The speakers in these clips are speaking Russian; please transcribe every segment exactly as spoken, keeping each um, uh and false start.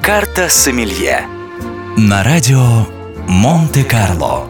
Карта сомелье на радио Монте-Карло.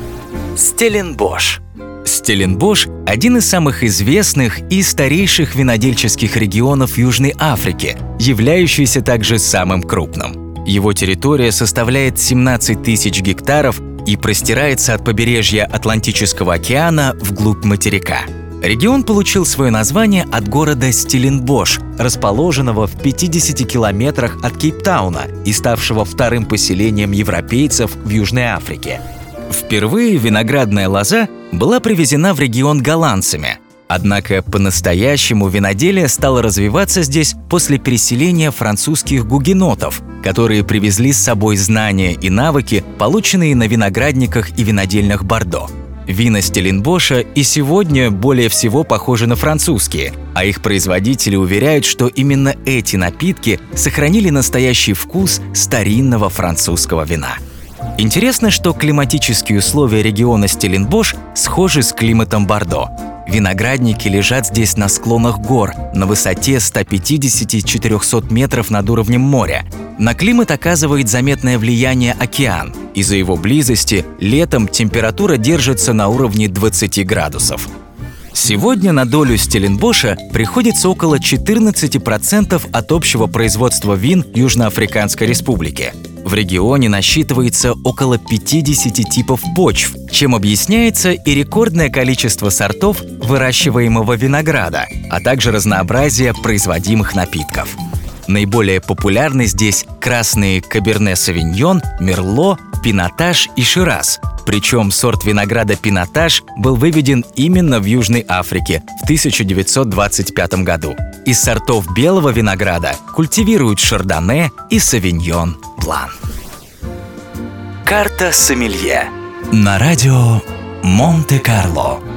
Стелленбош. Стелленбош – один из самых известных и старейших винодельческих регионов Южной Африки, являющийся также самым крупным. Его территория составляет семнадцать тысяч гектаров и простирается от побережья Атлантического океана вглубь материка. Регион получил свое название от города Стелленбош, расположенного в пятидесяти километрах от Кейптауна и ставшего вторым поселением европейцев в Южной Африке. Впервые виноградная лоза была привезена в регион голландцами. Однако по-настоящему виноделие стало развиваться здесь после переселения французских гугенотов, которые привезли с собой знания и навыки, полученные на виноградниках и винодельнях Бордо. Вина Стелленбоша и сегодня более всего похожи на французские, а их производители уверяют, что именно эти напитки сохранили настоящий вкус старинного французского вина. Интересно, что климатические условия региона Стелленбош схожи с климатом Бордо. Виноградники лежат здесь на склонах гор, на высоте ста пятидесяти — четырехсот метров над уровнем моря. На климат оказывает заметное влияние океан. Из-за его близости летом температура держится на уровне двадцати градусов. Сегодня на долю Стелленбоша приходится около четырнадцати процентов от общего производства вин Южноафриканской Республики. В регионе насчитывается около пятидесяти типов почв, чем объясняется и рекордное количество сортов выращиваемого винограда, а также разнообразие производимых напитков. Наиболее популярны здесь красные Каберне Савиньон, Мерло, Пинотаж и Шираз. Причем сорт винограда Пинотаж был выведен именно в Южной Африке в тысяча девятьсот двадцать пятом году. Из сортов белого винограда культивируют Шардоне и Савиньон Блан. Карта сомелье на радио Монте-Карло.